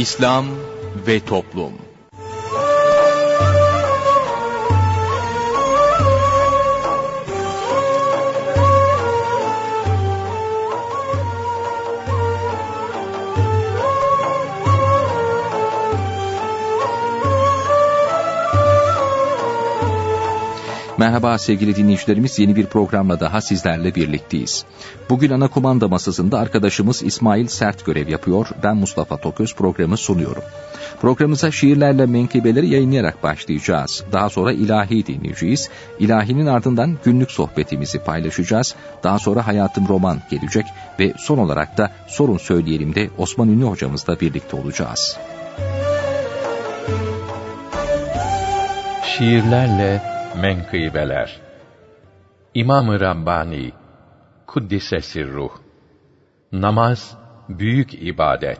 İslam ve Toplum. Merhaba sevgili dinleyicilerimiz, yeni bir programla daha sizlerle birlikteyiz. Bugün ana kumanda masasında arkadaşımız İsmail Sert görev yapıyor. Ben Mustafa Toköz programı sunuyorum. Programımıza şiirlerle menkıbeleri yayınlayarak başlayacağız. Daha sonra ilahi dinleyeceğiz. İlahinin ardından günlük sohbetimizi paylaşacağız. Daha sonra Hayatım Roman gelecek ve son olarak da Sorun Söyleyelim de Osman Ünlü hocamızla birlikte olacağız. Şiirlerle menkıbeler. İmam-ı Rabbani Kuddise Sirruh. Namaz büyük ibadet.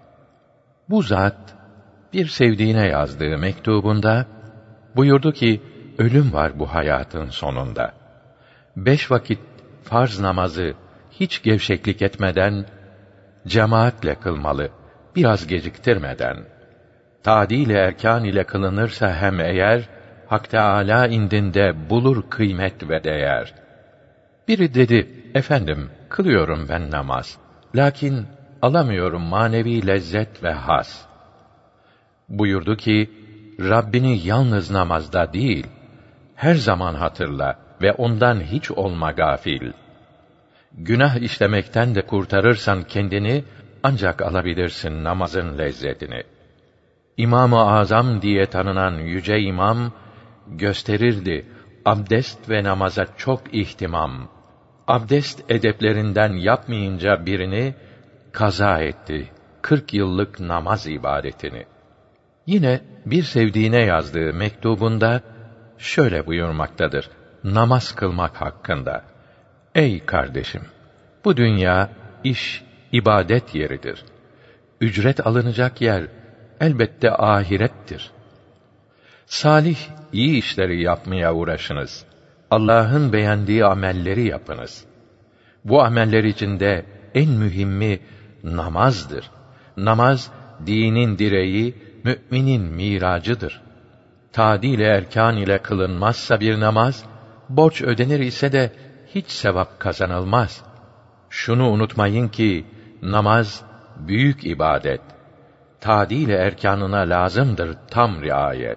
Bu zat bir sevdiğine yazdığı mektubunda buyurdu ki, ölüm var bu hayatın sonunda. 5 vakit farz namazı hiç gevşeklik etmeden cemaatle kılmalı, biraz geciktirmeden. Tadil-i erkan ile kılınırsa hem eğer, Hak Teâlâ indinde bulur kıymet ve değer. Biri dedi, efendim kılıyorum ben namaz, lakin alamıyorum manevi lezzet ve haz. Buyurdu ki, Rabbini yalnız namazda değil, her zaman hatırla ve ondan hiç olma gafil. Günah işlemekten de kurtarırsan kendini, ancak alabilirsin namazın lezzetini. İmam-ı Azam diye tanınan yüce imam, gösterirdi abdest ve namaza çok ihtimam. Abdest edeplerinden yapmayınca birini, kaza etti 40 yıllık namaz ibadetini. Yine bir sevdiğine yazdığı mektubunda şöyle buyurmaktadır namaz kılmak hakkında. Ey kardeşim! Bu dünya iş, ibadet yeridir. Ücret alınacak yer elbette ahirettir. Salih, iyi işleri yapmaya uğraşınız. Allah'ın beğendiği amelleri yapınız. Bu ameller içinde en mühimi namazdır. Namaz, dinin direği, müminin miracıdır. Tadil-i erkan ile kılınmazsa bir namaz, borç ödenir ise de hiç sevap kazanılmaz. Şunu unutmayın ki, namaz büyük ibadet. Tadil-i erkanına lazımdır tam riayet.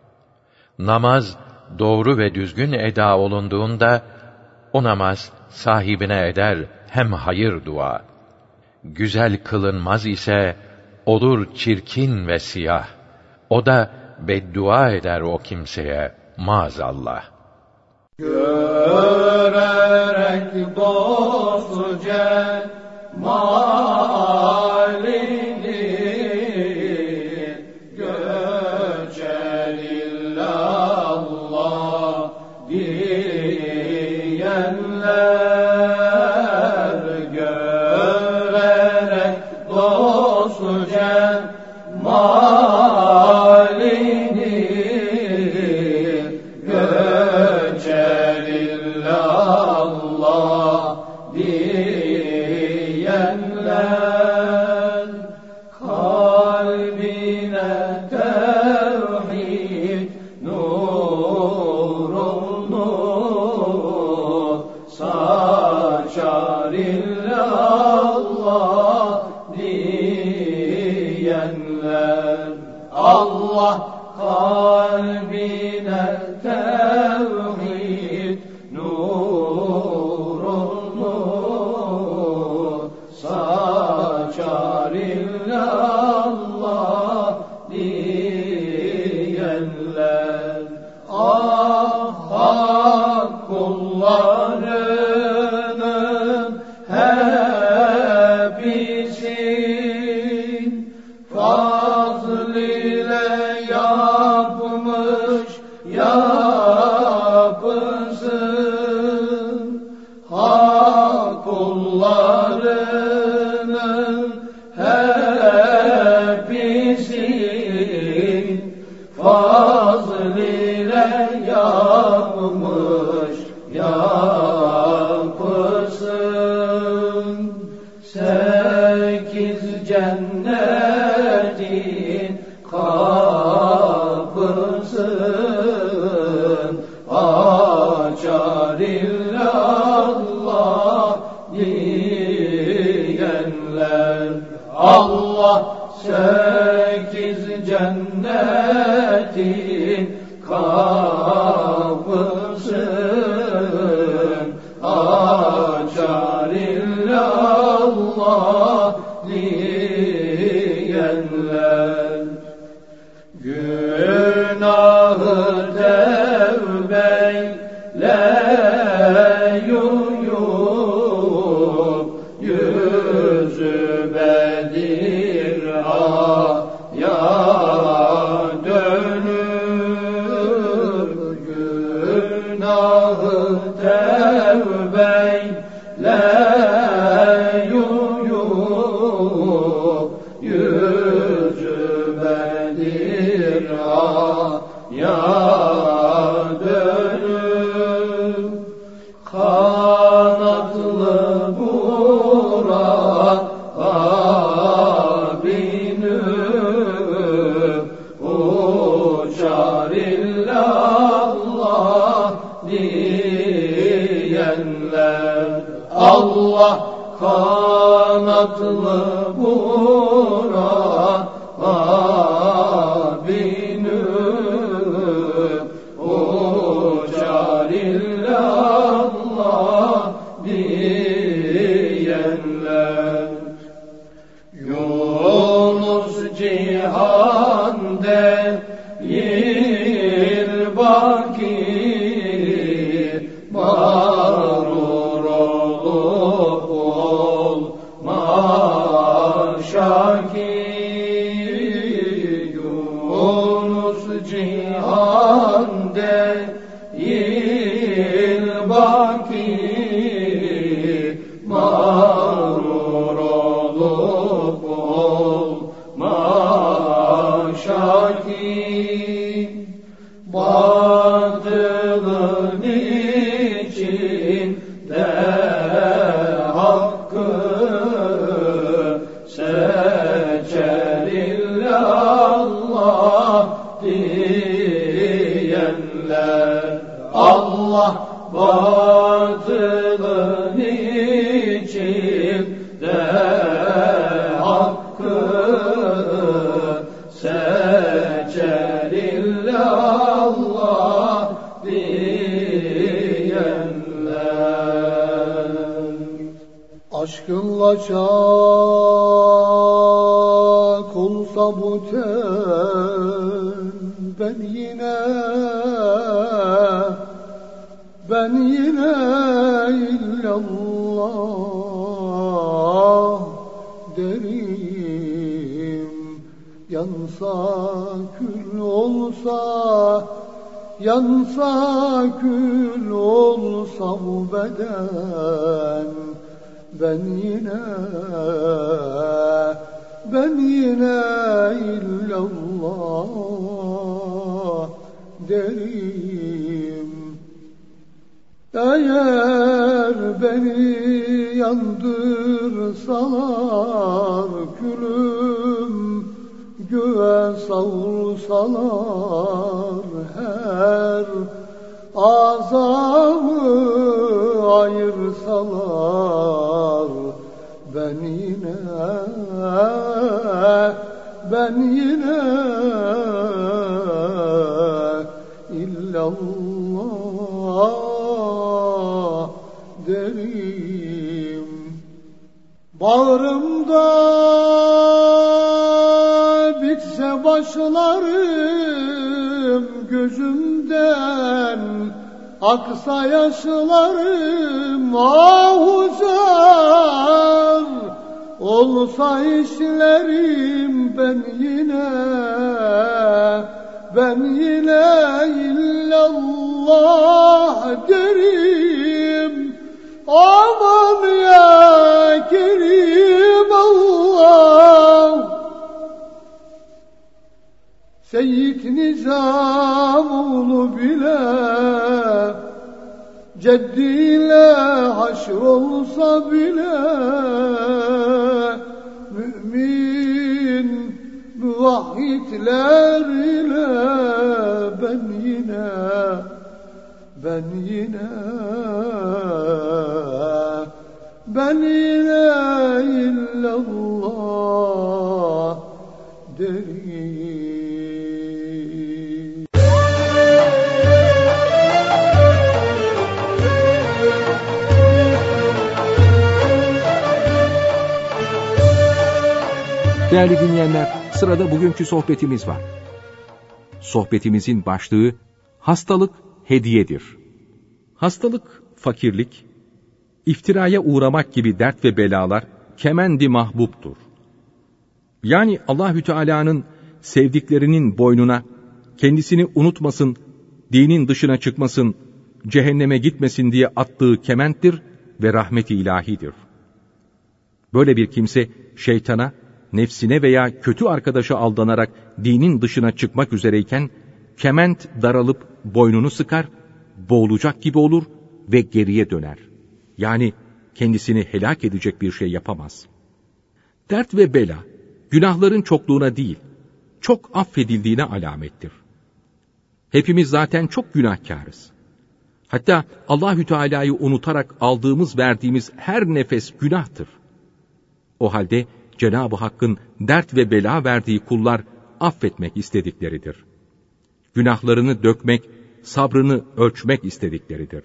Namaz doğru ve düzgün eda olunduğunda, o namaz sahibine eder hem hayır dua. Güzel kılınmaz ise, olur çirkin ve siyah. O da beddua eder o kimseye maazallah. Görerek dostu cemalini, göçer illallah diyenler, görerek dostu cemalini, göçer illallah diyenler, kalbine tevhid nurunu saçar illallah diyenler. Allah kalbine tevhid nurunu saçar illallah diyenler. Ah hak kullarının hepsi fazl ile yapmış yapısın. Hak kullarının hepsi fazl ile yapmış yapısın. 8 cennet cennetin kapısın açar illallah diyenler. Günahı tevbeyle yuyup yüzü bediraya dönür. Günahı tevbeyle yuyup yüzü bediraya dönür. Kanatlı Burak'a binip uçar illallah diyenler. Allah kanatlı Burak'a binip uçar illallah diyenler. Yunus cihan değil baki, mağrur olup olma şaki. Yunus cihan değil baki, mağrur olup olma şaki. Batılın içinde hakkı seçer illallah diyenler. Allah batılın içinde hakkı seçer illallah diyenler. Aşkınla çak olsa bu ten, ben yine illallah derim. Yansa kül olsa bu beden, ben yine illallah derim. Eğer beni yandırsalar, külüm göğe savursalar, her azamı ayırsalar, ben yine illallah derim. Bağrımda bitse başlarım, gözümden aksa yaşlarım, ahuzar olsa işlerim, ben yine illallah derim. Aman ya Kerim Allah, Seyyid Nizamoğlu bile ceddiyle haşr olsa bile, mümin müvahhidler ile ben yine illallah derim. Değerli dinleyenler, sırada bugünkü sohbetimiz var. Sohbetimizin başlığı hastalık hediyedir. Hastalık, fakirlik, iftiraya uğramak gibi dert ve belalar kemendi mahbubtur. Yani Allahü Teala'nın sevdiklerinin boynuna kendisini unutmasın, dinin dışına çıkmasın, cehenneme gitmesin diye attığı kementtir ve rahmet-i ilahidir. Böyle bir kimse şeytana, nefsine veya kötü arkadaşa aldanarak dinin dışına çıkmak üzereyken kement daralıp boynunu sıkar, boğulacak gibi olur ve geriye döner. Yani kendisini helak edecek bir şey yapamaz. Dert ve bela, günahların çokluğuna değil, çok affedildiğine alamettir. Hepimiz zaten çok günahkârız. Hatta Allahü Teala'yı unutarak aldığımız, verdiğimiz her nefes günahtır. O halde Cenab-ı Hakk'ın dert ve bela verdiği kullar affetmek istedikleridir. Günahlarını dökmek, sabrını ölçmek istedikleridir.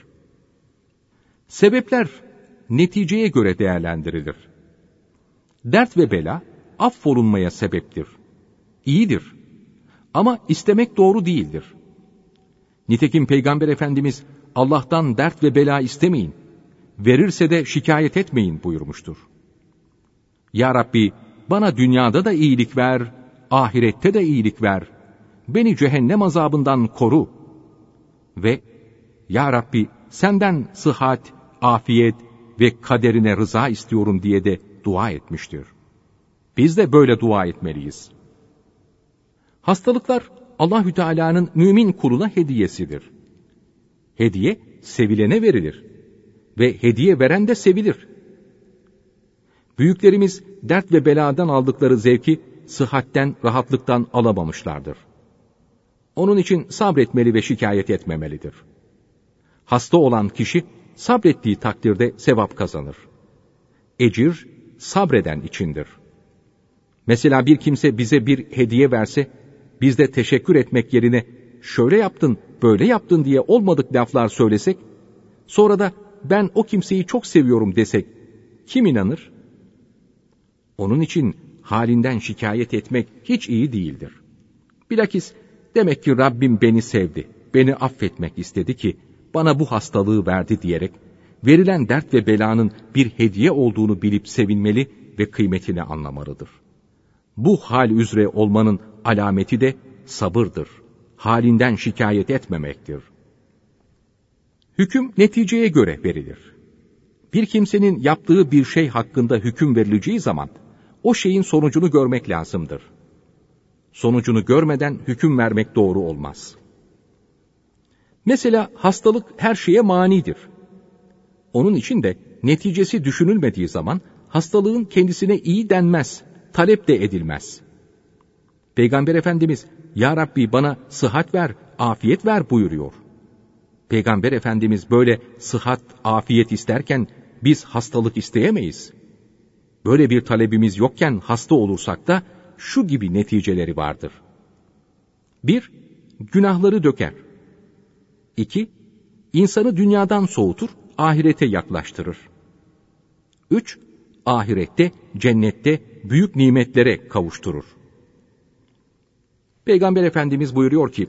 Sebepler neticeye göre değerlendirilir. Dert ve bela affolunmaya sebeptir. İyidir. Ama istemek doğru değildir. Nitekim Peygamber Efendimiz Allah'tan dert ve bela istemeyin, verirse de şikayet etmeyin buyurmuştur. Ya Rabbi, bana dünyada da iyilik ver, ahirette de iyilik ver, beni cehennem azabından koru. Ve Ya Rabbi, senden sıhhat, afiyet ve kaderine rıza istiyorum diye de dua etmiştir. Biz de böyle dua etmeliyiz. Hastalıklar Allahü Teala'nın mümin kuluna hediyesidir. Hediye sevilene verilir ve hediye veren de sevilir. Büyüklerimiz dert ve beladan aldıkları zevki sıhhatten, rahatlıktan alamamışlardır. Onun için sabretmeli ve şikayet etmemelidir. Hasta olan kişi sabrettiği takdirde sevap kazanır. Ecir sabreden içindir. Mesela bir kimse bize bir hediye verse, biz de teşekkür etmek yerine şöyle yaptın, böyle yaptın diye olmadık laflar söylesek, sonra da ben o kimseyi çok seviyorum desek, kim inanır? Onun için halinden şikayet etmek hiç iyi değildir. Bilakis demek ki Rabbim beni sevdi, beni affetmek istedi ki bana bu hastalığı verdi diyerek, verilen dert ve belanın bir hediye olduğunu bilip sevinmeli ve kıymetini anlamalıdır. Bu hal üzere olmanın alameti de sabırdır. Halinden şikayet etmemektir. Hüküm neticeye göre verilir. Bir kimsenin yaptığı bir şey hakkında hüküm verileceği zaman, o şeyin sonucunu görmek lazımdır. Sonucunu görmeden hüküm vermek doğru olmaz. Mesela hastalık her şeye manidir. Onun için de neticesi düşünülmediği zaman hastalığın kendisine iyi denmez, talep de edilmez. Peygamber Efendimiz, Ya Rabbi bana sıhhat ver, afiyet ver buyuruyor. Peygamber Efendimiz böyle sıhhat, afiyet isterken biz hastalık isteyemeyiz. Böyle bir talebimiz yokken hasta olursak da şu gibi neticeleri vardır. 1. Günahları döker. 2. İnsanı dünyadan soğutur, ahirete yaklaştırır. 3. Ahirette, cennette büyük nimetlere kavuşturur. Peygamber Efendimiz buyuruyor ki,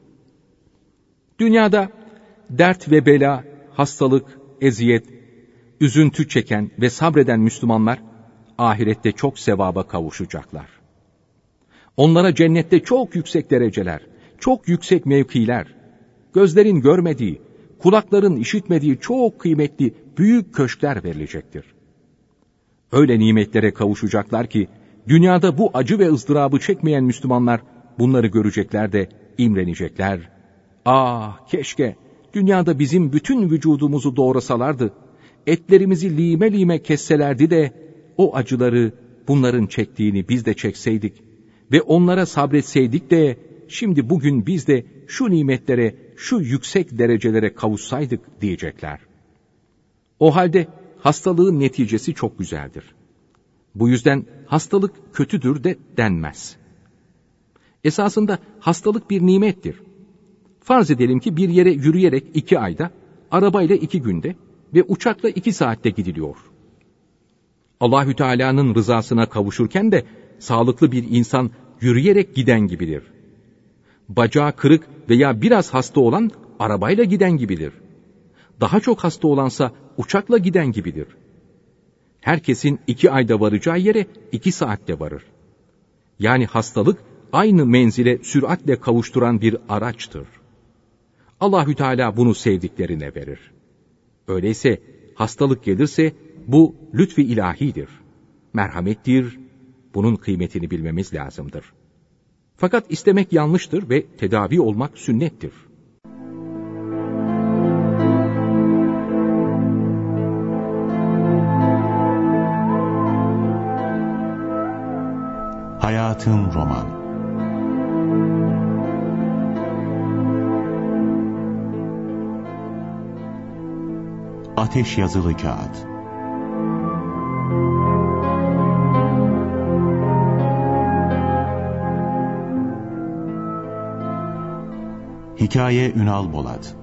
dünyada dert ve bela, hastalık, eziyet, üzüntü çeken ve sabreden Müslümanlar, ahirette çok sevaba kavuşacaklar. Onlara cennette çok yüksek dereceler, çok yüksek mevkiler, gözlerin görmediği, kulakların işitmediği çok kıymetli büyük köşkler verilecektir. Öyle nimetlere kavuşacaklar ki, dünyada bu acı ve ızdırabı çekmeyen Müslümanlar, bunları görecekler de imrenecekler. Ah keşke dünyada bizim bütün vücudumuzu doğrasalardı, etlerimizi lime lime kesselerdi de o acıları, bunların çektiğini biz de çekseydik ve onlara sabretseydik de şimdi bugün biz de şu nimetlere, şu yüksek derecelere kavuşsaydık diyecekler. O halde hastalığın neticesi çok güzeldir. Bu yüzden hastalık kötüdür de denmez. Esasında hastalık bir nimettir. Farz edelim ki bir yere yürüyerek 2 ayda, arabayla 2 günde ve uçakla 2 saatte gidiliyor. Allahü Teala'nın rızasına kavuşurken de sağlıklı bir insan yürüyerek giden gibidir. Bacağı kırık veya biraz hasta olan arabayla giden gibidir. Daha çok hasta olansa uçakla giden gibidir. Herkesin 2 ayda varacağı yere 2 saatte varır. Yani hastalık aynı menzile süratle kavuşturan bir araçtır. Allahü Teala bunu sevdiklerine verir. Öyleyse hastalık gelirse bu lütfi ilahidir. Merhamettir. Bunun kıymetini bilmemiz lazımdır. Fakat istemek yanlıştır ve tedavi olmak sünnettir. Hayatım Roman. Ateş yazılı kağıt. Hikaye Ünal Bolat.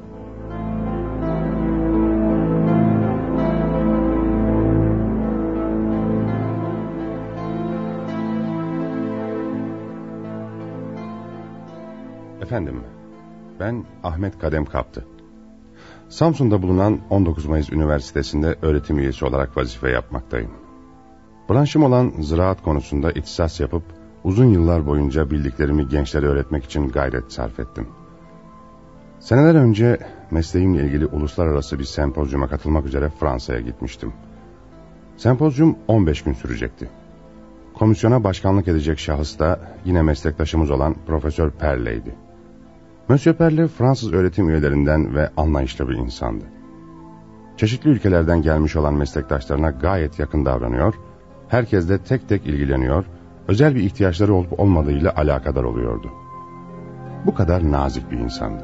Efendim, ben Ahmet Kadem Kaptı. Samsun'da bulunan 19 Mayıs Üniversitesi'nde öğretim üyesi olarak vazife yapmaktayım. Branşım olan ziraat konusunda ihtisas yapıp uzun yıllar boyunca bildiklerimi gençlere öğretmek için gayret sarf ettim. Seneler önce mesleğimle ilgili uluslararası bir sempozyuma katılmak üzere Fransa'ya gitmiştim. Sempozyum 15 gün sürecekti. Komisyona başkanlık edecek şahıs da yine meslektaşımız olan Profesör Perle'ydi. Monsieur Perle Fransız öğretim üyelerinden ve anlayışlı bir insandı. Çeşitli ülkelerden gelmiş olan meslektaşlarına gayet yakın davranıyor, herkesle tek tek ilgileniyor, özel bir ihtiyaçları olup olmadığıyla alakadar oluyordu. Bu kadar nazik bir insandı.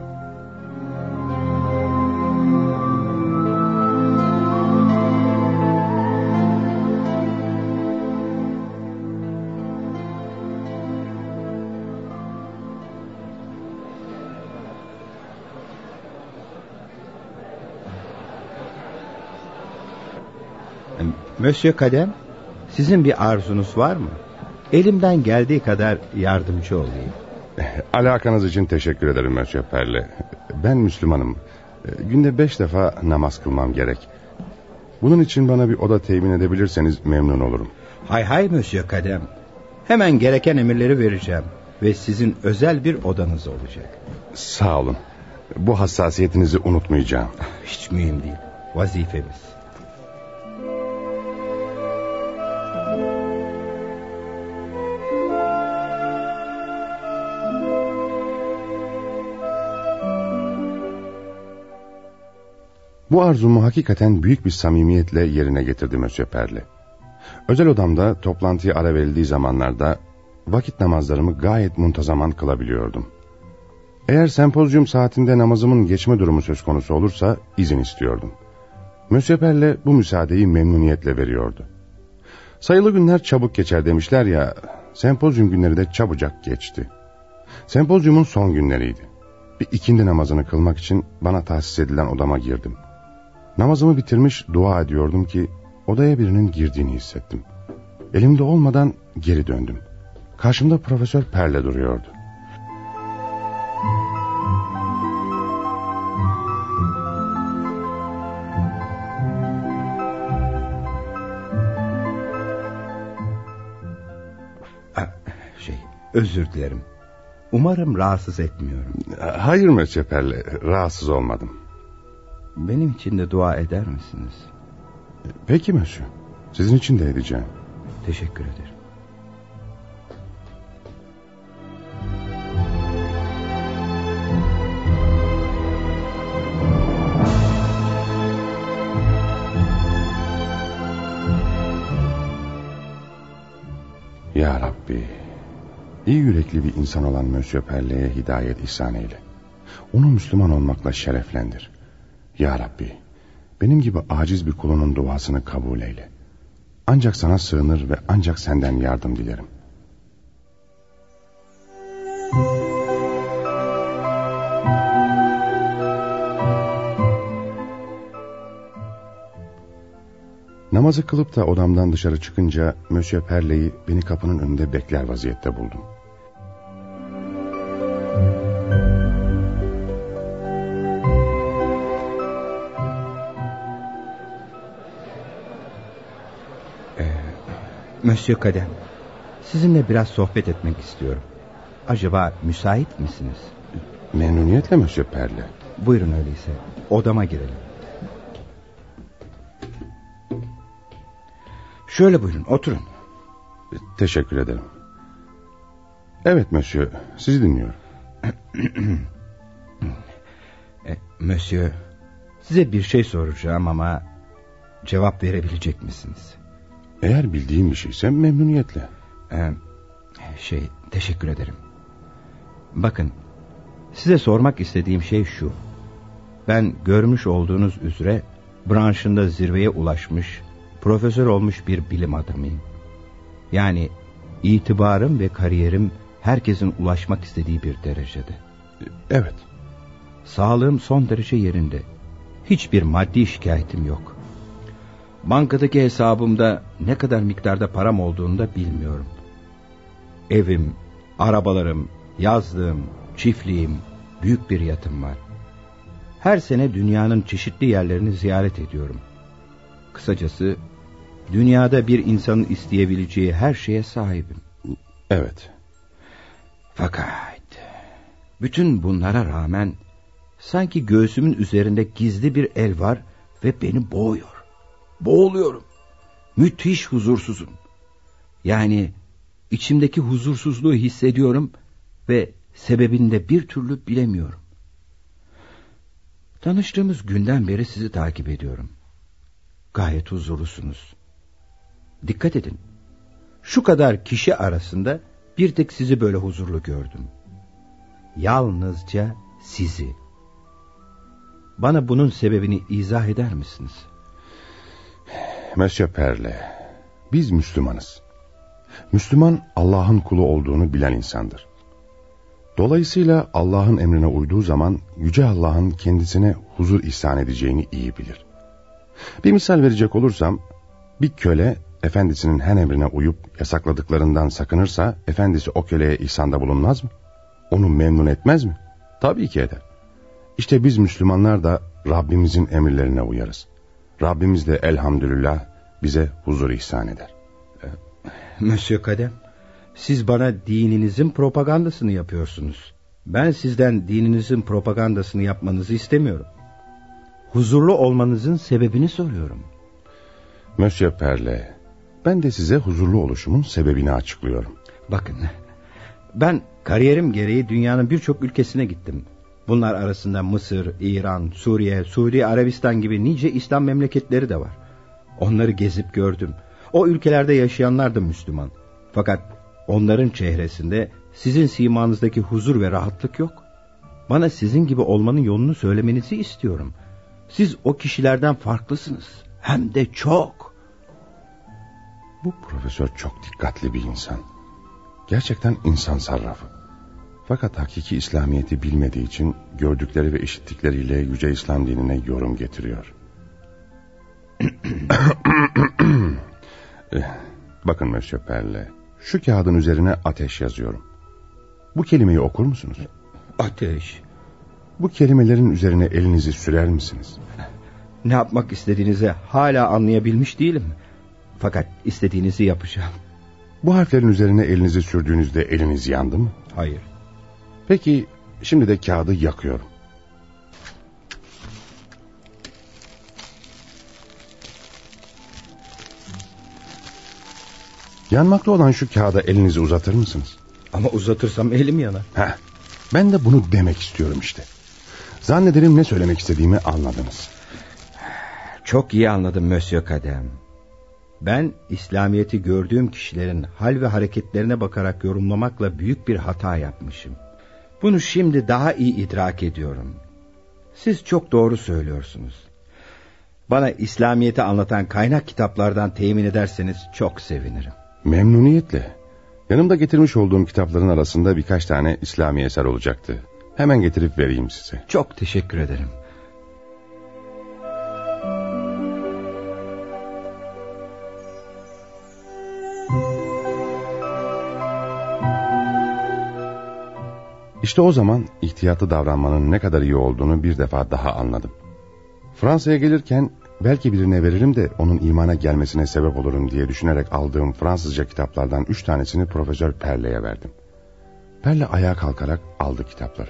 Monsieur Kadem, sizin bir arzunuz var mı? Elimden geldiği kadar yardımcı olayım. Alakanız için teşekkür ederim Monsieur Perle. Ben Müslümanım. Günde 5 defa namaz kılmam gerek. Bunun için bana bir oda temin edebilirseniz memnun olurum. Hay Monsieur Kadem. Hemen gereken emirleri vereceğim. Ve sizin özel bir odanız olacak. Sağ olun. Bu hassasiyetinizi unutmayacağım. Hiç mühim değil. Vazifemiz. Bu arzumu hakikaten büyük bir samimiyetle yerine getirdi Monsieur Perle. Özel odamda toplantıya ara verildiği zamanlarda vakit namazlarımı gayet muntazaman kılabiliyordum. Eğer sempozyum saatinde namazımın geçme durumu söz konusu olursa izin istiyordum. Monsieur Perle bu müsaadeyi memnuniyetle veriyordu. Sayılı günler çabuk geçer demişler ya, sempozyum günleri de çabucak geçti. Sempozyumun son günleriydi. Bir ikindi namazını kılmak için bana tahsis edilen odama girdim. Namazımı bitirmiş dua ediyordum ki odaya birinin girdiğini hissettim. Elimde olmadan geri döndüm. Karşımda Profesör Perle duruyordu. Özür dilerim. Umarım rahatsız etmiyorum. Hayır Monsieur Perle, rahatsız olmadım. Benim için de dua eder misiniz? Peki Monsieur, sizin için de edeceğim. Teşekkür ederim. Ya Rabbi, iyi yürekli bir insan olan Monsieur Perle'ye hidayet ihsan eyle. Onu Müslüman olmakla şereflendir. Ya Rabbi, benim gibi aciz bir kulunun duasını kabul eyle. Ancak sana sığınır ve ancak senden yardım dilerim. Namazı kılıp da odamdan dışarı çıkınca Monsieur Perle'yi beni kapının önünde bekler vaziyette buldum. Monsieur Kadem, sizinle biraz sohbet etmek istiyorum. Acaba müsait misiniz? Memnuniyetle Monsieur Perle. Buyurun öyleyse, odama girelim. Şöyle buyurun, oturun. Teşekkür ederim. Evet Monsieur, sizi dinliyorum. Monsieur, size bir şey soracağım ama cevap verebilecek misiniz? Eğer bildiğim bir şeyse memnuniyetle. Teşekkür ederim. Bakın, size sormak istediğim şey şu. Ben görmüş olduğunuz üzere branşında zirveye ulaşmış, profesör olmuş bir bilim adamıyım. Yani itibarım ve kariyerim herkesin ulaşmak istediği bir derecede. Evet. Sağlığım son derece yerinde. Hiçbir maddi şikayetim yok. Bankadaki hesabımda ne kadar miktarda param olduğunu da bilmiyorum. Evim, arabalarım, yazlığım, çiftliğim, büyük bir yatım var. Her sene dünyanın çeşitli yerlerini ziyaret ediyorum. Kısacası dünyada bir insanın isteyebileceği her şeye sahibim. Evet. Fakat bütün bunlara rağmen sanki göğsümün üzerinde gizli bir el var ve beni boğuyor. Boğuluyorum. Müthiş huzursuzum. Yani içimdeki huzursuzluğu hissediyorum ve sebebini de bir türlü bilemiyorum. Tanıştığımız günden beri sizi takip ediyorum. Gayet huzurlusunuz. Dikkat edin. Şu kadar kişi arasında bir tek sizi böyle huzurlu gördüm. Yalnızca sizi. Bana bunun sebebini izah eder misiniz? Monsieur Perle, biz Müslümanız. Müslüman Allah'ın kulu olduğunu bilen insandır. Dolayısıyla Allah'ın emrine uyduğu zaman Yüce Allah'ın kendisine huzur ihsan edeceğini iyi bilir. Bir misal verecek olursam, bir köle efendisinin her emrine uyup yasakladıklarından sakınırsa efendisi o köleye ihsanda bulunmaz mı? Onu memnun etmez mi? Tabii ki eder. İşte biz Müslümanlar da Rabbimizin emirlerine uyarız. Rabbimiz de elhamdülillah bize huzur ihsan eder. Monsieur Kadem, siz bana dininizin propagandasını yapıyorsunuz. Ben sizden dininizin propagandasını yapmanızı istemiyorum. Huzurlu olmanızın sebebini soruyorum. Monsieur Perle, ben de size huzurlu oluşumun sebebini açıklıyorum. Bakın, ben kariyerim gereği dünyanın birçok ülkesine gittim. Bunlar arasında Mısır, İran, Suriye, Suudi Arabistan gibi nice İslam memleketleri de var. Onları gezip gördüm. O ülkelerde yaşayanlar da Müslüman. Fakat onların çehresinde sizin simanızdaki huzur ve rahatlık yok. Bana sizin gibi olmanın yolunu söylemenizi istiyorum. Siz o kişilerden farklısınız. Hem de çok. Bu profesör çok dikkatli bir insan. Gerçekten insan sarrafı. Fakat hakiki İslamiyet'i bilmediği için gördükleri ve işittikleriyle Yüce İslam dinine yorum getiriyor. Bakın Monsieur Perle, şu kağıdın üzerine ateş yazıyorum. Bu kelimeyi okur musunuz? Ateş. Bu kelimelerin üzerine elinizi sürer misiniz? Ne yapmak istediğinizi hala anlayabilmiş değilim. Fakat istediğinizi yapacağım. Bu harflerin üzerine elinizi sürdüğünüzde eliniz yandı mı? Hayır. Peki şimdi de kağıdı yakıyorum. Yanmakta olan şu kağıda elinizi uzatır mısınız? Ama uzatırsam elim yanar. Ben de bunu demek istiyorum işte. Zannederim ne söylemek istediğimi anladınız. Çok iyi anladım Monsieur Kadem. Ben İslamiyet'i gördüğüm kişilerin hal ve hareketlerine bakarak yorumlamakla büyük bir hata yapmışım. Bunu şimdi daha iyi idrak ediyorum. Siz çok doğru söylüyorsunuz. Bana İslamiyet'i anlatan kaynak kitaplardan temin ederseniz çok sevinirim. Memnuniyetle. Yanımda getirmiş olduğum kitapların arasında birkaç tane İslami eser olacaktı. Hemen getirip vereyim size. Çok teşekkür ederim. İşte o zaman ihtiyatlı davranmanın ne kadar iyi olduğunu bir defa daha anladım. Fransa'ya gelirken belki birine veririm de onun imana gelmesine sebep olurum diye düşünerek aldığım Fransızca kitaplardan 3 tanesini Profesör Perle'ye verdim. Perle ayağa kalkarak aldı kitapları.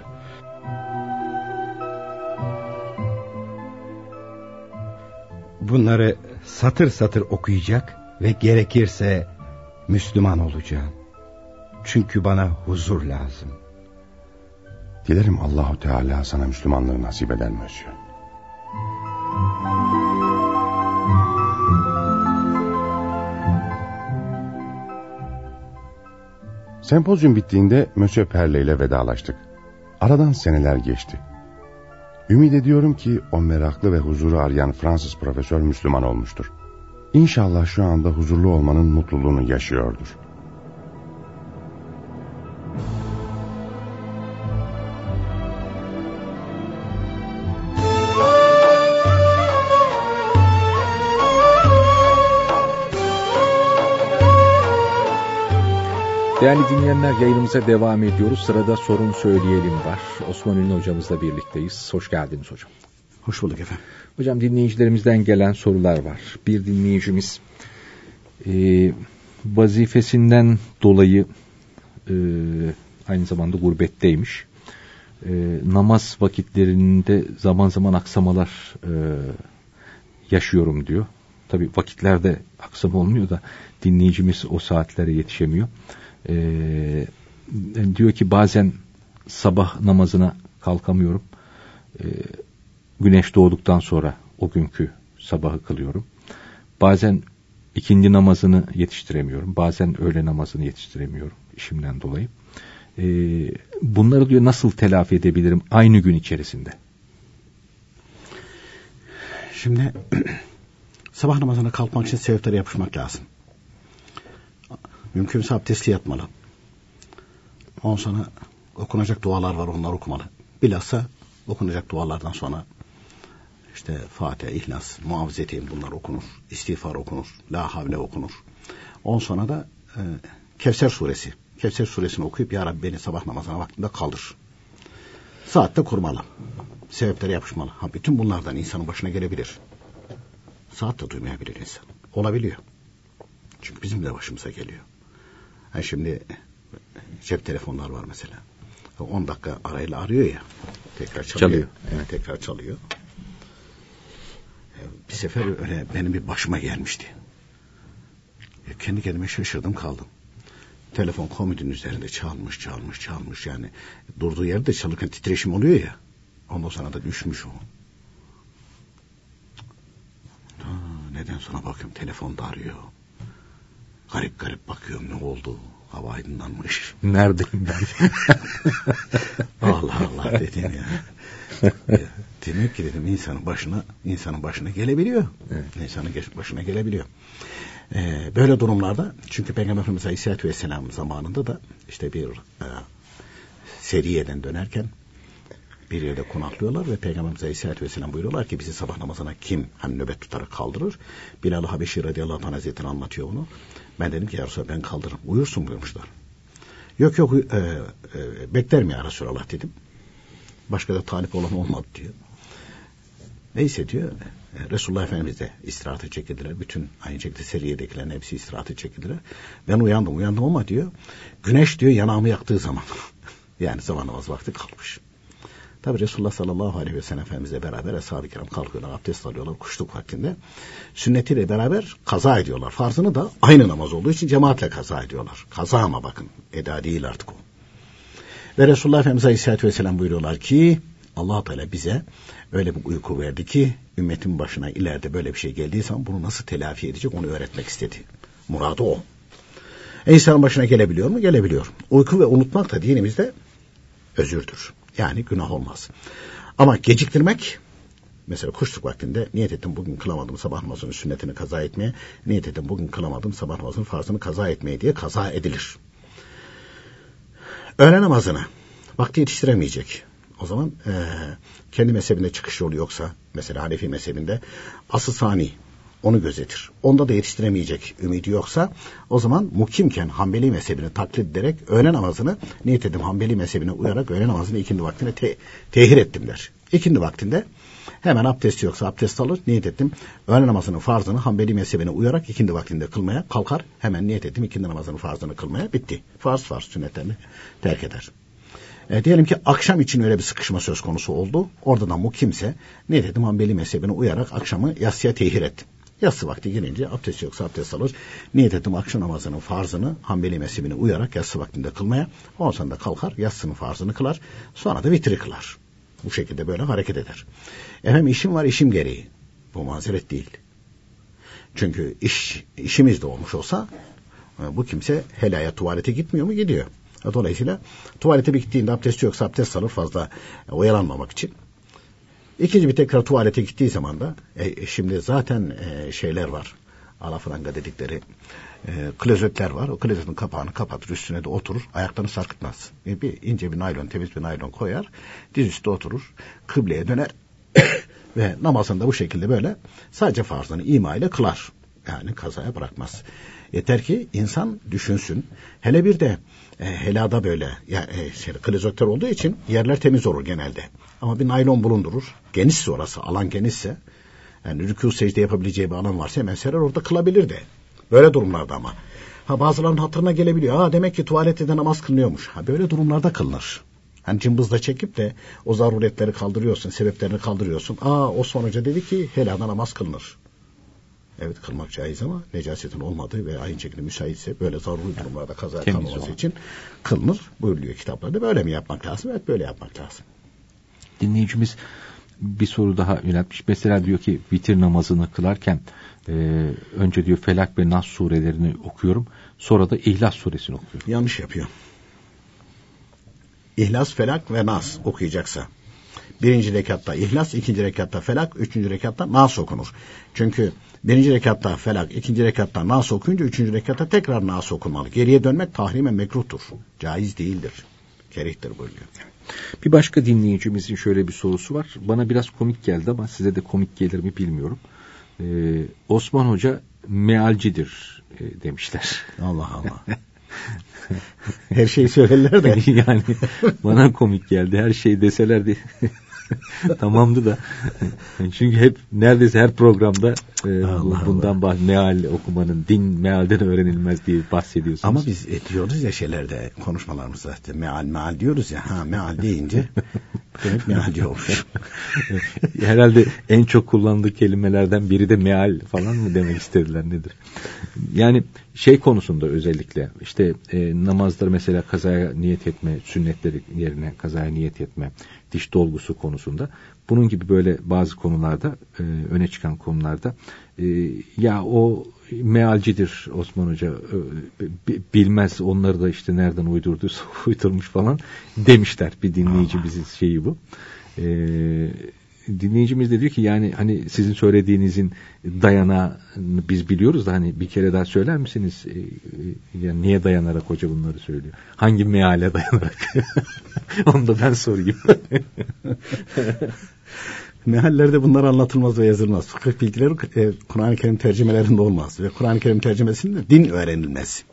Bunları satır satır okuyacak ve gerekirse Müslüman olacağım. Çünkü bana huzur lazım. Dilerim Allahu Teala sana Müslümanlığı nasip eder Monsieur. Sempozyum bittiğinde Monsieur Perle ile vedalaştık. Aradan seneler geçti. Ümit ediyorum ki o meraklı ve huzuru arayan Fransız profesör Müslüman olmuştur. İnşallah şu anda huzurlu olmanın mutluluğunu yaşıyordur. Değerli dinleyenler, yayınımıza devam ediyoruz. Sırada sorun söyleyelim var. Osman Ünlü hocamızla birlikteyiz. Hoş geldiniz hocam. Hoş bulduk efendim. Hocam, dinleyicilerimizden gelen sorular var. Bir dinleyicimiz vazifesinden dolayı aynı zamanda gurbetteymiş. Namaz vakitlerinde zaman zaman aksamalar yaşıyorum diyor. Tabii vakitlerde aksama olmuyor da dinleyicimiz o saatlere yetişemiyor. Diyor ki bazen sabah namazına kalkamıyorum. Güneş doğduktan sonra o günkü sabahı kılıyorum. Bazen ikindi namazını yetiştiremiyorum. Bazen öğle namazını yetiştiremiyorum işimden dolayı. Bunları diyor nasıl telafi edebilirim aynı gün içerisinde? Şimdi sabah namazına kalkmak için sebeplere yapışmak lazım. Mümkünse abdestli yatmalı. Ondan sonra okunacak dualar var, onları okumalı. Bilhassa okunacak dualardan sonra işte Fatiha, İhlas, Muavvizeteyn bunlar okunur. İstiğfar okunur. La havle okunur. Ondan sonra da Kevser suresi. Kevser suresini okuyup Ya Rabbi beni sabah namazına vaktinde kaldır. Saatte kurmalı. Sebeplere yapışmalı. Bütün bunlardan insanın başına gelebilir. Saat de duymayabilir insan. Olabiliyor. Çünkü bizim de başımıza geliyor. Yani şimdi cep telefonlar var mesela. 10 dakika arayla arıyor ya. Tekrar çalıyor. Evet, tekrar çalıyor. Bir sefer öyle benim bir başıma gelmişti. Kendi kendime şaşırdım kaldım. Telefon komodinin üzerinde çalmış yani durduğu yerde çalırken titreşim oluyor ya. Ondan sonra da düşmüş o. Neden sonra bakıyorum telefonda arıyor. Garip bakıyorum ne oldu? Hava aydınlanmış. Neredeyim ben? Allah dedim ya. Demek ki dedim insanın başına gelebiliyor. Evet. İnsanın başına gelebiliyor. Böyle durumlarda çünkü Peygamber Efendimiz Aleyhisselatü Vesselam zamanında da işte bir seriyeden dönerken bir yerde konaklıyorlar ve Peygamberimiz Aleyhisselatü Vesselam buyuruyorlar ki bizi sabah namazına kim nöbet tutarak kaldırır? Bilal-i Habeşi radıyallahu anh hazretleri anlatıyor bunu. Ben dedim ki ya Resulallah ben kaldırırım. Uyursun buyurmuşlar. Yok beklerim ya Resulallah dedim. Başka da talip olan olmadı diyor. Neyse diyor. Resulullah Efendimiz de istirahate çekildiler. Bütün aynı şekilde seriyedekilerin hepsi istirahate çekildiler. Ben uyandım ama diyor. Güneş diyor yanağımı yaktığı zaman. Yani sabah namaz vakti kalkmış. Tabi Resulullah sallallahu aleyhi ve sellem Efendimizle beraber Ashab-ı Kiram kalkıyorlar, abdest alıyorlar kuşluk vaktinde. Sünnetiyle beraber kaza ediyorlar. Farzını da aynı namaz olduğu için cemaatle kaza ediyorlar. Kaza ama bakın eda değil artık o. Ve Resulullah Efendimiz Aleyhisselatü Vesselam buyuruyorlar ki Allah-u Teala bize öyle bir uyku verdi ki ümmetin başına ileride böyle bir şey geldiği zaman bunu nasıl telafi edecek onu öğretmek istedi. Muradı o. İnsanın başına gelebiliyor mu? Gelebiliyor. Uyku ve unutmak da dinimizde özürdür. Yani günah olmaz. Ama geciktirmek, mesela kuşluk vaktinde niyet ettim bugün kılamadım sabah namazının sünnetini kaza etmeye, niyet ettim bugün kılamadım sabah namazının farzını kaza etmeye diye kaza edilir. Öğle namazına vakti yetiştiremeyecek. O zaman kendi mezhebinde çıkış yolu yoksa, mesela Hanefi mezhebinde asıl sani onu gözetir. Onda da yetiştiremeyecek ümidi yoksa o zaman mukimken Hanbeli mezhebini taklit ederek öğle namazını niyet ettim. Hanbeli mezhebine uyarak öğle namazını ikindi vaktine tehir ettim der. İkindi vaktinde hemen abdesti yoksa abdest alır, niyet ettim. Öğle namazının farzını Hanbeli mezhebine uyarak ikindi vaktinde kılmaya kalkar. Hemen niyet ettim ikindi namazının farzını kılmaya, bitti. Farz sünnetlerini terk eder. Diyelim ki akşam için öyle bir sıkışma söz konusu oldu. Orada da mukimse niyet ettim Hanbeli mezhebine uyarak akşamı yatsıya tehir ettim. Yatsı vakti gelince abdest yoksa abdest alır. Niyet ettim akşam namazının farzını Hanbeli mezhebine uyarak yatsı vaktinde kılmaya. Ondan sonra da kalkar yatsının farzını kılar. Sonra da vitri kılar. Bu şekilde böyle hareket eder. Efendim işim var, işim gereği. Bu mazeret değil. Çünkü işimiz de olmuş olsa bu kimse helaya tuvalete gitmiyor mu? Gidiyor. Dolayısıyla tuvalete bir gittiğinde abdesti yoksa abdest alır fazla oyalanmamak için. İkinci bir tekrar tuvalete gittiği zaman da şimdi zaten şeyler var. Alafranga dedikleri klozetler var. O klozetin kapağını kapatır, üstüne de oturur. Ayaklarını sarkıtmaz. Bir ince bir naylon, temiz bir naylon koyar. Dizüstü oturur. Kıbleye döner. Ve namazını da bu şekilde böyle sadece farzını ima ile kılar. Yani kazaya bırakmaz. Yeter ki insan düşünsün. Hele bir de helada böyle yani klozetler olduğu için yerler temiz olur genelde. Ama bir naylon bulundurur. Genişse orası, alan genişse, yani rükû secde yapabileceği bir alan varsa hemen serer orada kılabilir de. Böyle durumlarda ama. Bazılarının hatırına gelebiliyor. Demek ki tuvalette de namaz kılınıyormuş. Böyle durumlarda kılınır. Hani cımbızla çekip de o zaruretleri kaldırıyorsun, sebeplerini kaldırıyorsun. O sonuca dedi ki helada namaz kılınır. Evet, kılmak caiz ama necasetin olmadığı ve aynı şekilde müsaitse böyle zaruri durumlarda kaza kalmaması için kılınır buyuruluyor kitaplarda. Böyle mi yapmak lazım? Evet, böyle yapmak lazım. Dinleyicimiz bir soru daha yöneltmiş. Mesela diyor ki vitir namazını kılarken önce diyor Felak ve Nas surelerini okuyorum. Sonra da İhlas suresini okuyorum. Yanlış yapıyor. İhlas, Felak ve Nas okuyacaksa. Birinci rekatta İhlas, ikinci rekatta Felak, üçüncü rekatta Nas okunur. Çünkü birinci rekatta Felak, ikinci rekatta Nas okuyunca üçüncü rekatta tekrar Nas okunmalı. Geriye dönmek tahrimen mekruhtur. Caiz değildir. Kerihtir buyuruyor. Bir başka dinleyicimizin şöyle bir sorusu var. Bana biraz komik geldi ama size de komik gelir mi bilmiyorum. Osman Hoca mealcidir demişler. Allah Allah. Her şeyi söylerler de. Yani bana komik geldi. Her şey deselerdi tamamdı da. Çünkü hep neredeyse her programda bundan meal okumanın din mealden öğrenilmez diye bahsediyorsunuz. Ama biz diyoruz ya şeylerde konuşmalarımızda işte meal diyoruz ya. Meal deyince demek mealci olmuş. Herhalde en çok kullandığı kelimelerden biri de meal falan mı demek istediler nedir? Yani şey konusunda özellikle işte namazları mesela kazaya niyet etme, sünnetleri yerine kazaya niyet etme, diş dolgusu konusunda bunun gibi böyle bazı konularda öne çıkan konularda ya o mealcidir Osman Hoca bilmez onları da işte nereden uydurduysa uydurmuş falan demişler. Bir dinleyicimizin şeyi bu. Dinleyicimiz de diyor ki yani hani sizin söylediğinizin dayanağını biz biliyoruz da hani bir kere daha söyler misiniz? Yani niye dayanarak hoca bunları söylüyor? Hangi meale dayanarak? Onu da ben sorayım. Meallerde bunlar anlatılmaz ve yazılmaz. Fıkıh bilgileri Kur'an-ı Kerim tercümelerinde olmaz. Ve Kur'an-ı Kerim tercümesinde din öğrenilmez.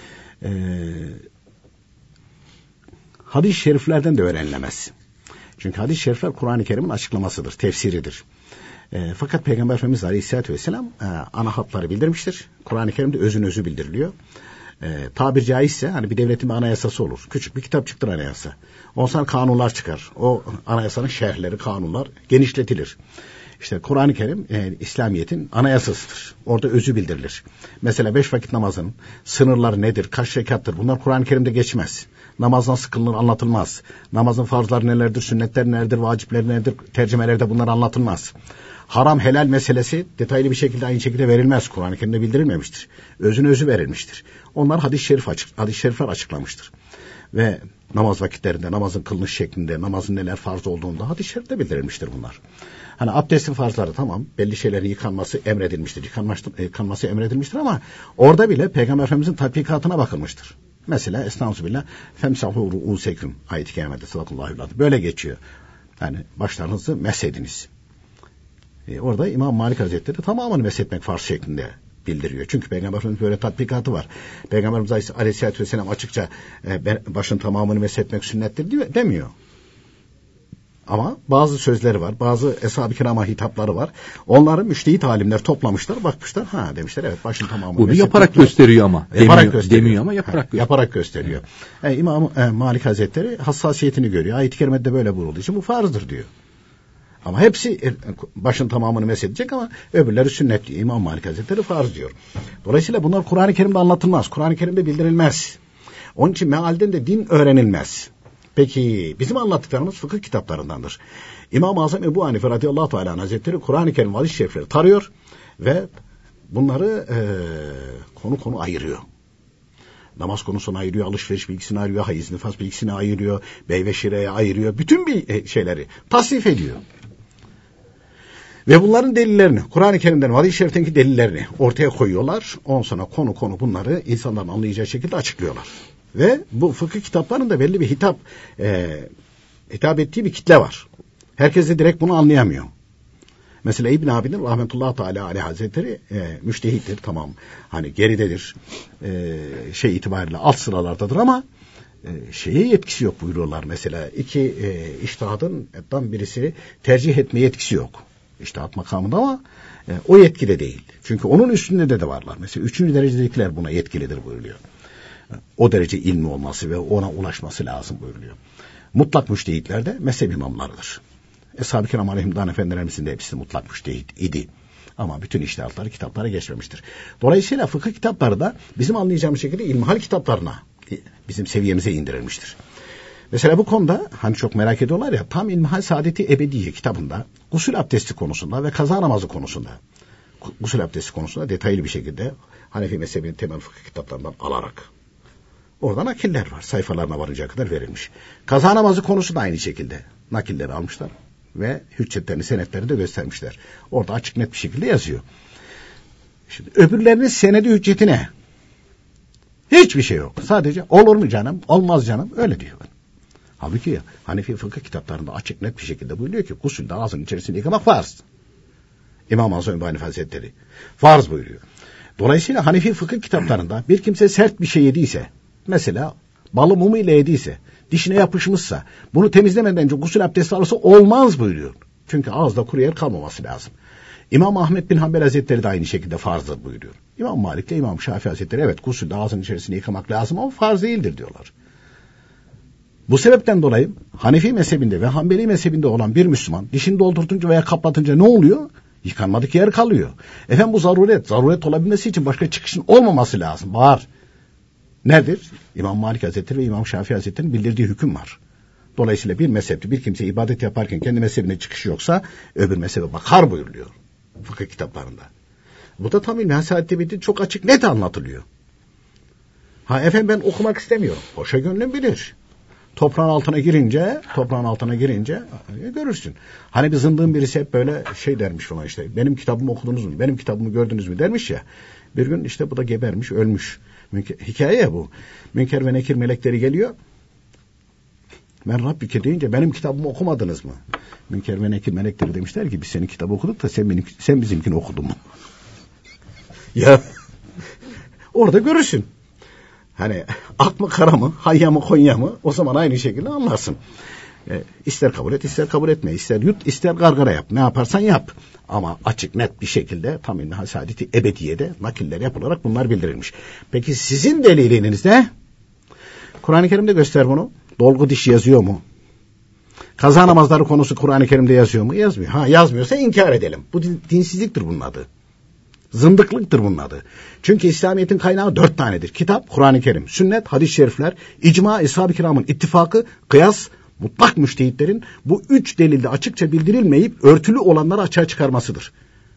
Hadis-i şeriflerden de öğrenilemez. Çünkü hadis-i şerifler Kur'an-ı Kerim'in açıklamasıdır, tefsiridir. Fakat Peygamber Efendimiz Aleyhisselatü Vesselam ana hatları bildirmiştir. Kur'an-ı Kerim'de özü bildiriliyor. Tabir caizse hani bir devletin bir anayasası olur. Küçük bir kitapçıktır anayasa. Ondan sonra kanunlar çıkar. O anayasanın şerhleri, kanunlar genişletilir. İşte Kur'an-ı Kerim İslamiyet'in anayasasıdır. Orada özü bildirilir. Mesela 5 vakit namazın sınırları nedir, kaç rekattır bunlar Kur'an-ı Kerim'de geçmez. Namaz nasıl kılınır anlatılmaz. Namazın farzları nelerdir, sünnetler nelerdir, vacipleri nelerdir, tercümelerde bunlar anlatılmaz. Haram helal meselesi detaylı bir şekilde aynı şekilde verilmez. Kur'an-ı Kerim'de bildirilmemiştir. Özü verilmiştir. Onlar hadis-i şerifler açıklamıştır. Ve namaz vakitlerinde, namazın kılınış şeklinde, namazın neler farz olduğunda hadis-i şerifte bildirilmiştir bunlar. Hani abdestin farzları tamam, belli şeylerin yıkanması emredilmiştir. Yıkanması emredilmiştir ama orada bile Peygamber Efendimizin tatbikatına bakılmıştır. Mesela Estağfirullah femsahu ru'usekum ayet-i kerimede sallallahu aleyhi ve sellem böyle geçiyor. Yani başlarınızı mesediniz. Orada İmam Malik Hazretleri tamamını meshetmek farz şeklinde bildiriyor. Çünkü Peygamber Efendimiz böyle tatbikatı var. Peygamberimiz Aleyhisselatü Vesselam açıkça başın tamamını meshetmek sünnettir demiyor. Ama bazı sözleri var, bazı Eshab-ı Kiram'a hitapları var. Onları müştehit alimler toplamışlar, bakmışlar. Ha demişler, evet başın tamamını bunu yaparak gösteriyor ama. Demiyor ama yaparak gösteriyor. İmam Malik Hazretleri hassasiyetini görüyor. Ayet-i Kerime'de böyle buyurulduğu için bu farzdır diyor. Ama hepsi başın tamamını mesedecek ama öbürleri sünnet diyor. İmam Malik Hazretleri farz diyor. Dolayısıyla bunlar Kur'an-ı Kerim'de anlatılmaz. Kur'an-ı Kerim'de bildirilmez. Onun için mealden de din öğrenilmez. Peki bizim anlattıklarımız fıkıh kitaplarındandır. İmam-ı Azam Ebu Hanife radıyallahu teala Hazretleri Kur'an-ı Kerim hadis-i şerifleri tarıyor ve bunları konu ayırıyor. Namaz konusunu ayırıyor, alışveriş bilgisini ayırıyor, hayız nifas bilgisini ayırıyor, bey ve şireye ayırıyor. Bütün bir şeyleri tasnif ediyor. Ve bunların delillerini, Kur'an-ı Kerim'den, hadis-i şerifteki delillerini ortaya koyuyorlar. Ondan sonra konu bunları insanların anlayacağı şekilde açıklıyorlar. Ve bu fıkıh kitaplarında belli bir hitap ettiği bir kitle var. Herkes de direkt bunu anlayamıyor. Mesela İbn Abidin rahmetullahi teala aleyh hazretleri müştehittir, tamam. Hani geridedir. İtibariyle alt sıralardadır ama şeye yetkisi yok buyuruyorlar. Mesela iki içtihadından birisi tercih etme yetkisi yok. İçtihat makamında ama o yetkide değil. Çünkü onun üstünde de varlar. Mesela 3. derecedekiler buna yetkilidir buyuruluyor. O derece ilmi olması ve ona ulaşması lazım buyuruluyor. Mutlak müştehitler de mezhep imamlarıdır. Eshab-ı Kiram aleyhimdan efendilerimizin de hepsi mutlak müştehit idi. Ama bütün içtihatları kitaplara geçmemiştir. Dolayısıyla fıkıh kitapları da bizim anlayacağımız şekilde ilmihal kitaplarına bizim seviyemize indirilmiştir. Mesela bu konuda hani çok merak ediyorlar ya, tam İlmihal Saadeti Ebediye kitabında gusül abdesti konusunda ve kaza namazı konusunda, gusül abdesti konusunda detaylı bir şekilde Hanefi mezhebinin temel fıkıh kitaplarından alarak oradan nakiller var. Sayfalarına varıncaya kadar verilmiş. Kaza namazı konusu da aynı şekilde nakilleri almışlar ve hüccetlerini, senetlerini de göstermişler. Orada açık net bir şekilde yazıyor. Şimdi öbürlerinin senedi hücceti ne? Hiçbir şey yok. Sadece olur mu canım, olmaz canım, öyle diyorlar. Halbuki Hanefi fıkıh kitaplarında açık net bir şekilde buyuruyor ki gusülde ağzının içerisini yıkamak farz. İmam-ı Azam Ebu Hanife Hazretleri farz buyuruyor. Dolayısıyla Hanefi fıkıh kitaplarında bir kimse sert bir şey yediyse, mesela balı mumu ile yediyse, dişine yapışmışsa, bunu temizlemeden önce gusül abdesti alırsa olmaz buyuruyor. Çünkü ağızda kuru yer kalmaması lazım. İmam Ahmed bin Hanbel Hazretleri de aynı şekilde farzdır buyuruyor. İmam Malik ile İmam Şafii Hazretleri evet gusülde ağzının içerisini yıkamak lazım ama farz değildir diyorlar. Bu sebepten dolayı Hanefi mezhebinde ve Hanbeli mezhebinde olan bir Müslüman dişini doldurtunca veya kapatınca ne oluyor? Yıkanmadık yer kalıyor. Efendim bu zaruret olabilmesi için başka çıkışın olmaması lazım. Var. Nedir? İmam Malik Hazretleri ve İmam Şafii Hazretleri'nin bildirdiği hüküm var. Dolayısıyla bir mezhepte bir kimse ibadet yaparken kendi mezhebine çıkışı yoksa öbür mezhebe bakar buyuruluyor fıkıh kitaplarında. Bu da tam İlmihal Saadeti Ebediye çok açık net anlatılıyor. Ha efendim ben okumak istemiyorum. Boşa gönlüm bilir. Toprağın altına girince görürsün. Hani bir zındığın birisi hep böyle şey dermiş falan işte. Benim kitabımı okudunuz mu? Benim kitabımı gördünüz mü? Dermiş ya. Bir gün işte bu da gebermiş, ölmüş. Hikaye ya bu. Münker ve Nekir melekleri geliyor. Ben Rabbike deyince benim kitabımı okumadınız mı? Münker ve Nekir melekleri demişler ki biz senin kitabı okuduk da sen bizimkini okudun mu? Ya orada görürsün. Hani ak mı kara mı, hayya mı Konya mı, o zaman aynı şekilde anlarsın. İster kabul et, ister kabul etme, ister yut, ister gargara yap. Ne yaparsan yap. Ama açık net bir şekilde tam İlmihal Saadeti Ebediye'de nakiller yapılarak bunlar bildirilmiş. Peki sizin deliliniz ne? Kur'an-ı Kerim'de göster bunu. Dolgu diş yazıyor mu? Kaza namazları konusu Kur'an-ı Kerim'de yazıyor mu? Yazmıyor. Ha yazmıyorsa inkar edelim. Bu dinsizliktir bunun adı. Zındıklıktır bunun adı. Çünkü İslamiyet'in kaynağı 4 tanedir. Kitap, Kur'an-ı Kerim, sünnet, hadis-i şerifler, icma, Eshab-ı Kiram'ın ittifakı, kıyas, mutlak müştehitlerin bu 3 delilde açıkça bildirilmeyip örtülü olanları açığa çıkarmasıdır.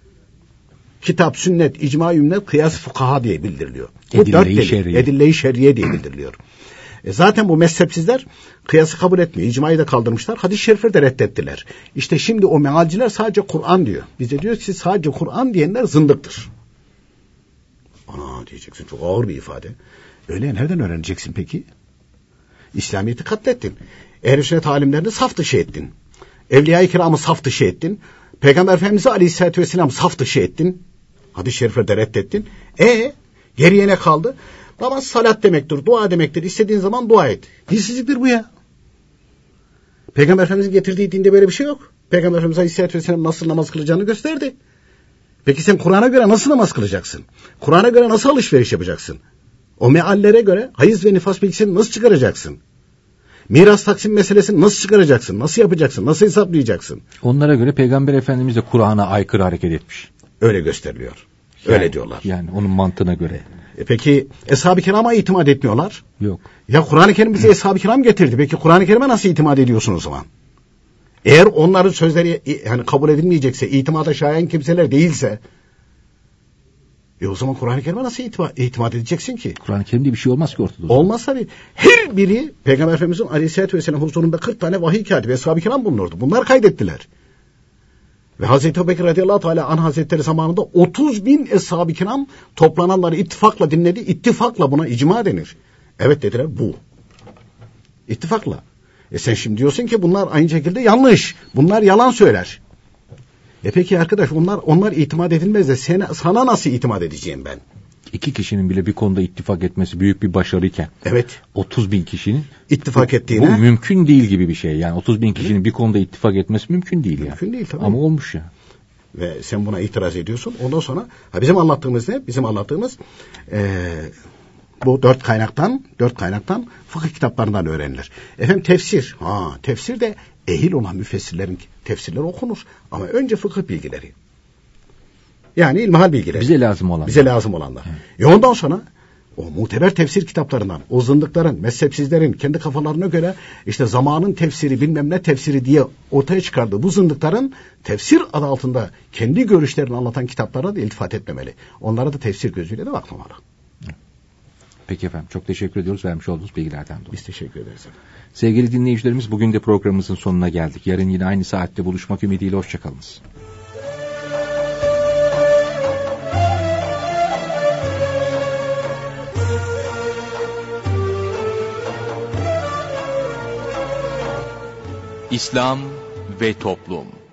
Kitap, sünnet, icma, ümmet, kıyas, fukaha diye bildiriliyor. Bu 4 delil. Edille-i şer'iye diye bildiriliyor. Zaten bu mezhepsizler kıyası kabul etmiyor. İcmayı da kaldırmışlar. Hadis-i şerifleri de reddettiler. İşte şimdi o mealciler sadece Kur'an diyor. Bize diyor ki sadece Kur'an diyenler zındıktır. Ana diyeceksin, çok ağır bir ifade. Öyle nereden öğreneceksin peki? İslamiyet'i katlettin. Ehl-i sünnet alimlerini saf dışı ettin. Evliya-i kiramı saf dışı ettin. Peygamber Efendimiz'i Aleyhisselatü Vesselam saf dışı ettin. Hadis-i şeriflerde reddettin. Geriye ne kaldı? Namaz salat demektir, dua demektir. İstediğin zaman dua et. Dinsizliktir bu ya. Peygamber Efendimiz'in getirdiği dinde böyle bir şey yok. Peygamber Efendimiz Aleyhisselatü Vesselam nasıl namaz kılacağını gösterdi. Peki sen Kur'an'a göre nasıl namaz kılacaksın? Kur'an'a göre nasıl alışveriş yapacaksın? O meallere göre hayız ve nifas bilgisini nasıl çıkaracaksın? Miras taksim meselesini nasıl çıkaracaksın? Nasıl yapacaksın? Nasıl hesaplayacaksın? Onlara göre Peygamber Efendimiz de Kur'an'a aykırı hareket etmiş. Öyle gösteriliyor. Öyle diyorlar. Yani onun mantığına göre. Peki Eshab-ı Kiram'a itimat etmiyorlar. Yok. Ya Kur'an-ı Kerim bize Eshab-ı Kiram getirdi. Peki Kur'an-ı Kerim'e nasıl itimat ediyorsun o zaman? Eğer onların sözleri yani kabul edilmeyecekse, itimada şayan kimseler değilse, o zaman Kur'an-ı Kerim'e nasıl itimat edeceksin ki? Kur'an-ı Kerim'de bir şey olmaz ki ortada. Olmaz tabii. Her biri Peygamber Efendimiz'in Aleyhisselatü Vesselam huzurunda 40 tane vahiy katibi Eshab-ı Kiram bulunurdu. Bunlar kaydettiler. Ve Hazreti Ebubekir radıyallahu teala anh hazretleri zamanında 30.000 Eshab-ı Kiram toplananları ittifakla dinledi. İttifakla buna icma denir. Evet dediler, bu. İttifakla. Sen şimdi diyorsun ki bunlar aynı şekilde yanlış. Bunlar yalan söyler. Peki arkadaş onlar itimat edilmez de sana nasıl itimat edeceğim ben? 2 kişinin bile bir konuda ittifak etmesi büyük bir başarıyken. Evet. 30.000 kişinin ittifak ettiğine. Bu mümkün değil gibi bir şey. Yani 30.000 kişinin bir konuda ittifak etmesi mümkün değil. Mümkün değil tabii. Ama olmuş ya. Ve sen buna itiraz ediyorsun. Ondan sonra bizim anlattığımız ne? Bizim anlattığımız bu 4 kaynaktan fıkıh kitaplarından öğrenilir. Efendim tefsir. Tefsir de ehil olan müfessirlerin tefsirleri okunur. Ama önce fıkıh bilgileri. Yani ilmihal bilgileri. Bize lazım olanlar. Ondan sonra o muteber tefsir kitaplarından, o zındıkların, mezhepsizlerin kendi kafalarına göre işte zamanın tefsiri bilmem ne tefsiri diye ortaya çıkardığı bu zındıkların tefsir adı altında kendi görüşlerini anlatan kitaplara da iltifat etmemeli. Onlara da tefsir gözüyle de bakmamalı. Peki efendim, çok teşekkür ediyoruz vermiş olduğunuz bilgilerden dolayı. Biz teşekkür ederiz. Sevgili dinleyicilerimiz, bugün de programımızın sonuna geldik. Yarın yine aynı saatte buluşmak ümidiyle hoşçakalınız. İslam ve Toplum.